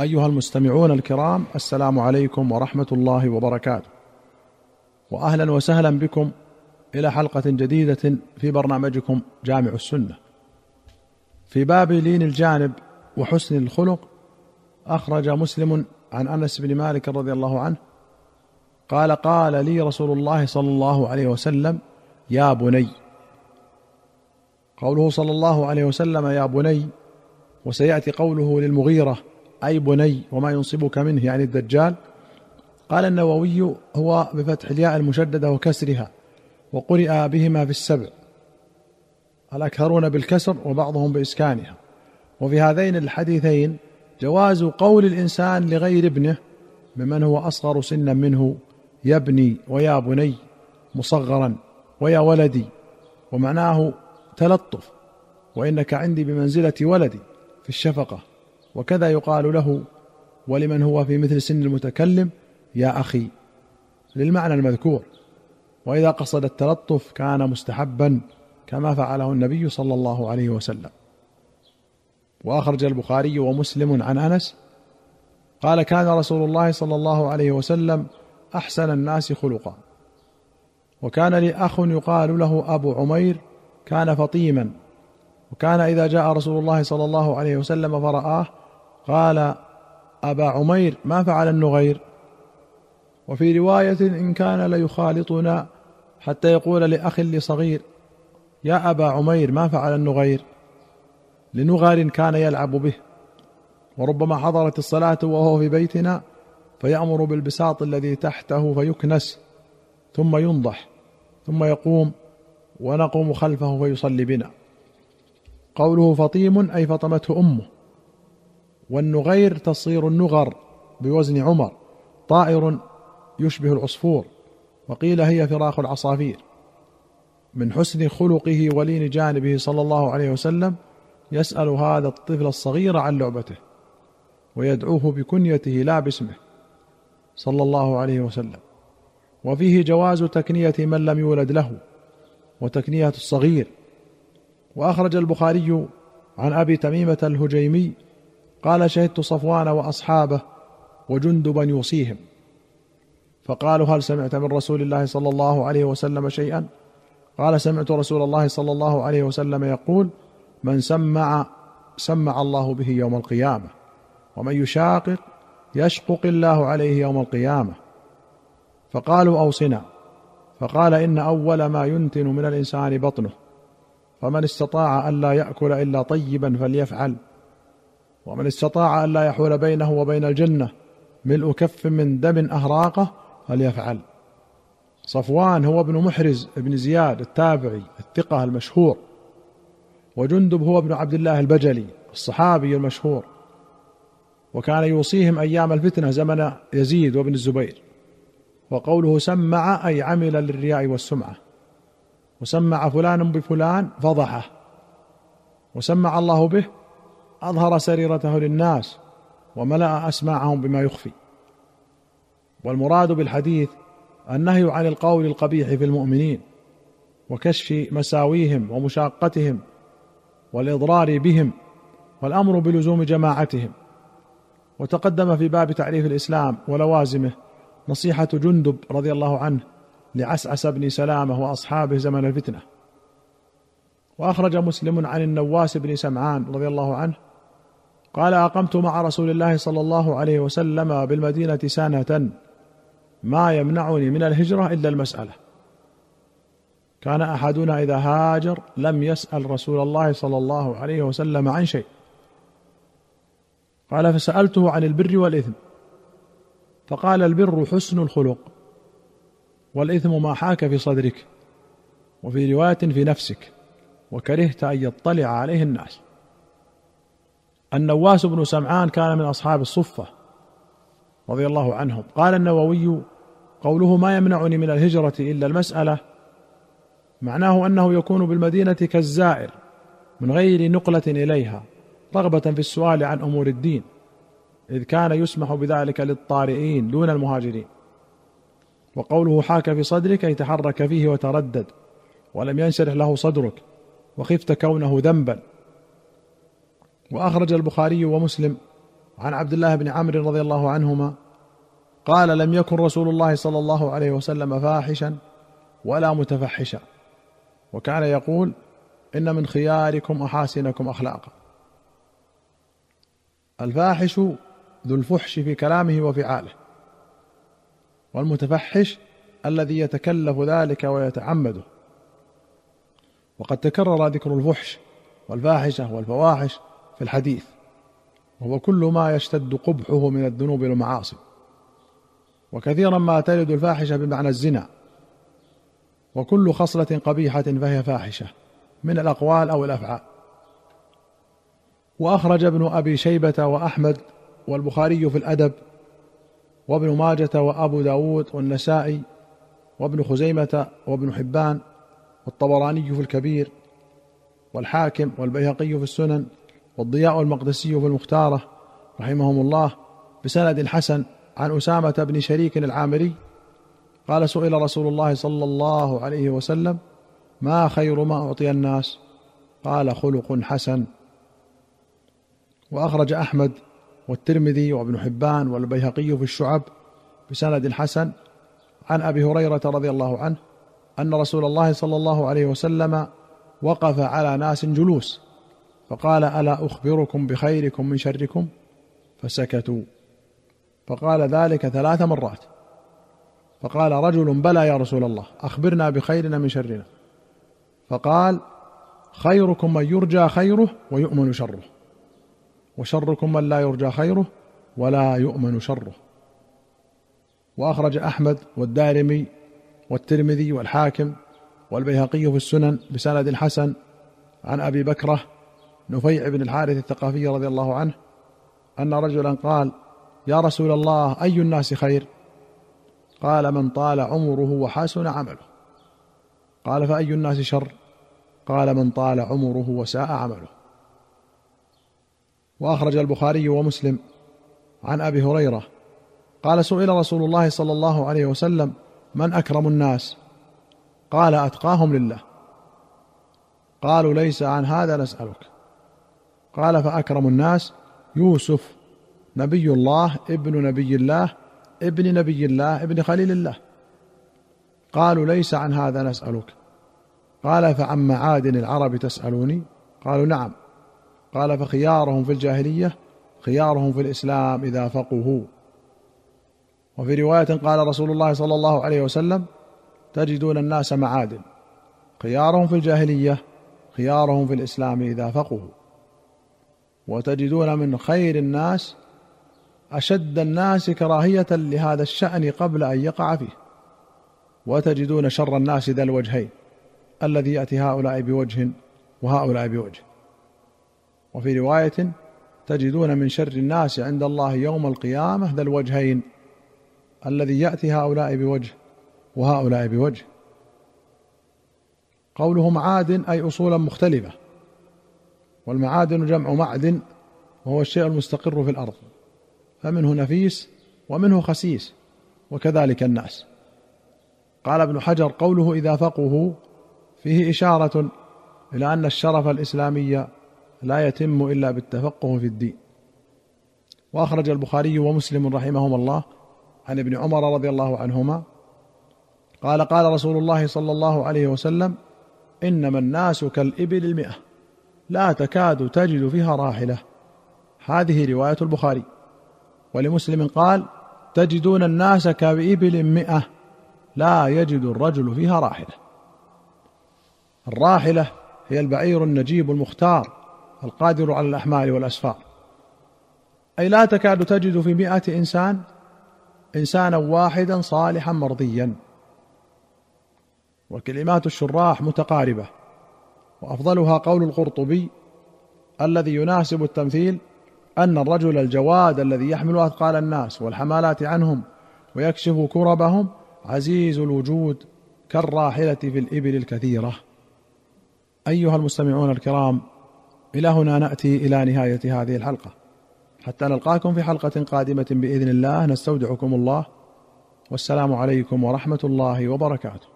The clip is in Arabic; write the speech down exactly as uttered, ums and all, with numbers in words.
أيها المستمعون الكرام، السلام عليكم ورحمة الله وبركاته، وأهلا وسهلا بكم إلى حلقة جديدة في برنامجكم جامع السنة. في باب لين الجانب وحسن الخلق، أخرج مسلم عن أنس بن مالك رضي الله عنه قال: قال لي رسول الله صلى الله عليه وسلم: يا بني. قوله صلى الله عليه وسلم يا بني، وسيأتي قوله للمغيرة أي بني وما ينصبك منه يعني الدجال. قال النووي: هو بفتح الياء المشددة وكسرها، وقرئ بهما في السبع، الأكثرون بالكسر وبعضهم بإسكانها. وفي هذين الحديثين جواز قول الإنسان لغير ابنه ممن هو أصغر سنا منه يا ابني ويا بني مصغرا ويا ولدي، ومعناه تلطف، وإنك عندي بمنزلة ولدي في الشفقة. وكذا يقال له ولمن هو في مثل سن المتكلم يا أخي للمعنى المذكور. وإذا قصد التلطف كان مستحبا كما فعله النبي صلى الله عليه وسلم. وأخرج البخاري ومسلم عن أنس قال: كان رسول الله صلى الله عليه وسلم أحسن الناس خلقا، وكان لي أخ يقال له أبو عمير، كان فطيما، وكان إذا جاء رسول الله صلى الله عليه وسلم فرآه قال: أبا عمير ما فعل النغير؟ وفي رواية: إن كان ليخالطنا حتى يقول لأخ لصغير: يا أبا عمير ما فعل النغير؟ لنغر كان يلعب به. وربما حضرت الصلاة وهو في بيتنا فيأمر بالبساط الذي تحته فيكنس ثم ينضح، ثم يقوم ونقوم خلفه فيصلي بنا. قوله فطيم أي فطمته أمه. والنغير تصير النغر بوزن عمر، طائر يشبه العصفور، وقيل هي فراخ العصافير. من حسن خلقه ولين جانبه صلى الله عليه وسلم يسأل هذا الطفل الصغير عن لعبته ويدعوه بكنيته لا باسمه صلى الله عليه وسلم. وفيه جواز تكنية من لم يولد له وتكنية الصغير. وأخرج البخاري عن أبي تميمة الهجيمي قال: شهدت صفوان وأصحابه وجندبا يوصيهم، فقالوا: هل سمعت من رسول الله صلى الله عليه وسلم شيئا؟ قال: سمعت رسول الله صلى الله عليه وسلم يقول: من سمع سمع الله به يوم القيامة، ومن يشاقق يشقق الله عليه يوم القيامة. فقالوا: أوصنا. فقال: إن أول ما ينتن من الإنسان بطنه، فمن استطاع أن لا يأكل إلا طيبا فليفعل، ومن استطاع أن لا يحول بينه وبين الجنة ملء كف من دم أهراقه فليفعل. صفوان هو ابن محرز ابن زياد التابعي الثقة المشهور، وجندب هو ابن عبد الله البجلي الصحابي المشهور، وكان يوصيهم أيام الفتنة زمن يزيد وابن الزبير. وقوله سمع أي عمل للرياء والسمعة، وسمع فلان بفلان فضحه، وسمع الله به أظهر سريرته للناس وملأ أسماعهم بما يخفي. والمراد بالحديث النهي عن القول القبيح في المؤمنين وكشف مساويهم ومشاقتهم والإضرار بهم، والأمر بلزوم جماعتهم. وتقدم في باب تعريف الإسلام ولوازمه نصيحة جندب رضي الله عنه لعسعس بن سلامة وأصحابه زمن الفتنة. وأخرج مسلم عن النواس بن سمعان رضي الله عنه قال: أقمت مع رسول الله صلى الله عليه وسلم بالمدينة سنة، ما يمنعني من الهجرة إلا المسألة. كان أحدنا إذا هاجر لم يسأل رسول الله صلى الله عليه وسلم عن شيء. قال: فسألته عن البر والإثم، فقال: البر حسن الخلق، والإثم ما حاك في صدرك، وفي رواية في نفسك، وكرهت أن يطلع عليه الناس. النواس بن سمعان كان من أصحاب الصفة رضي الله عنهم. قال النووي: قوله ما يمنعني من الهجرة إلا المسألة، معناه أنه يكون بالمدينة كالزائر من غير نقلة إليها، رغبة في السؤال عن أمور الدين، إذ كان يسمح بذلك للطارئين دون المهاجرين. وقوله حاك في صدرك أي تحرك فيه وتردد ولم ينشرح له صدرك وخفت كونه ذنبا. وأخرج البخاري ومسلم عن عبد الله بن عمرو رضي الله عنهما قال: لم يكن رسول الله صلى الله عليه وسلم فاحشا ولا متفحشا، وكان يقول: إن من خياركم أحاسنكم أخلاقا. الفاحش ذو الفحش في كلامه وفعاله، والمتفحش الذي يتكلف ذلك ويتعمده. وقد تكرر ذكر الفحش والفاحشة والفواحش في الحديث، وهو كل ما يشتد قبحه من الذنوب والمعاصي، وكثيرا ما ترد الفاحشة بمعنى الزنا، وكل خصلة قبيحة فهي فاحشة من الأقوال أو الأفعال. وأخرج ابن أبي شيبة وأحمد والبخاري في الأدب، وابن ماجة وأبو داود والنسائي وابن خزيمة وابن حبان والطبراني في الكبير والحاكم والبيهقي في السنن والضياء المقدسي في المختارة رحمهم الله بسند حسن عن أسامة بن شريك العامري قال: سئل رسول الله صلى الله عليه وسلم: ما خير ما أعطي الناس؟ قال: خلق حسن. وأخرج أحمد والترمذي وابن حبان والبيهقي في الشعب بسند حسن عن أبي هريرة رضي الله عنه أن رسول الله صلى الله عليه وسلم وقف على ناس جلوس فقال: ألا أخبركم بخيركم من شركم؟ فسكتوا، فقال ذلك ثلاث مرات، فقال رجل: بلى يا رسول الله، أخبرنا بخيرنا من شرنا. فقال: خيركم من يرجى خيره ويؤمن شره، وشركم من لا يرجى خيره ولا يؤمن شره. وأخرج أحمد والدارمي والترمذي والحاكم والبيهقي في السنن بسند حسن عن أبي بكرة نفيع بن الحارث الثقفي رضي الله عنه أن رجلا قال: يا رسول الله، أي الناس خير؟ قال: من طال عمره وحسن عمله. قال: فأي الناس شر؟ قال: من طال عمره وساء عمله. وأخرج البخاري ومسلم عن أبي هريرة قال: سئل رسول الله صلى الله عليه وسلم: من أكرم الناس؟ قال: أتقاهم لله. قالوا: ليس عن هذا نسألك. قال: فأكرم الناس يوسف نبي الله ابن نبي الله ابن نبي الله ابن خليل الله. قالوا: ليس عن هذا نسألك. قال: فعن معادن العرب تسألوني؟ قالوا: نعم. قال: فخيارهم في الجاهلية خيارهم في الإسلام إذا فقهوا. وفي رواية قال رسول الله صلى الله عليه وسلم: تجدون الناس معادن، خيارهم في الجاهلية خيارهم في الإسلام إذا فقهوا، وتجدون من خير الناس أشد الناس كراهية لهذا الشأن قبل أن يقع فيه، وتجدون شر الناس ذا الوجهين الذي يأتي هؤلاء بوجه وهؤلاء بوجه. وفي رواية: تجدون من شر الناس عند الله يوم القيامة ذا الوجهين الذي يأتي هؤلاء بوجه وهؤلاء بوجه. قوله معادن أي أصولا مختلفة، والمعادن جمع معدن وهو الشيء المستقر في الأرض، فمنه نفيس ومنه خسيس، وكذلك الناس. قال ابن حجر: قوله إذا فقهوا فيه إشارة إلى أن الشرف الإسلامي لا يتم إلا بالتفقه في الدين. وأخرج البخاري ومسلم رحمهما الله عن ابن عمر رضي الله عنهما قال: قال رسول الله صلى الله عليه وسلم: إنما الناس كالإبل المئة لا تكاد تجد فيها راحلة. هذه رواية البخاري. ولمسلم قال: تجدون الناس كإبل مئة لا يجد الرجل فيها راحلة. الراحلة هي البعير النجيب المختار القادر على الأحمال والأسفار، أي لا تكاد تجد في مئة إنسان إنسانا واحدا صالحا مرضيا. وكلمات الشراح متقاربة، وأفضلها قول القرطبي الذي يناسب التمثيل: أن الرجل الجواد الذي يحمل أثقال الناس والحمالات عنهم ويكشف كربهم عزيز الوجود كالراحلة في الإبل الكثيرة. أيها المستمعون الكرام، إلى هنا نأتي إلى نهاية هذه الحلقة، حتى نلقاكم في حلقة قادمة بإذن الله. نستودعكم الله، والسلام عليكم ورحمة الله وبركاته.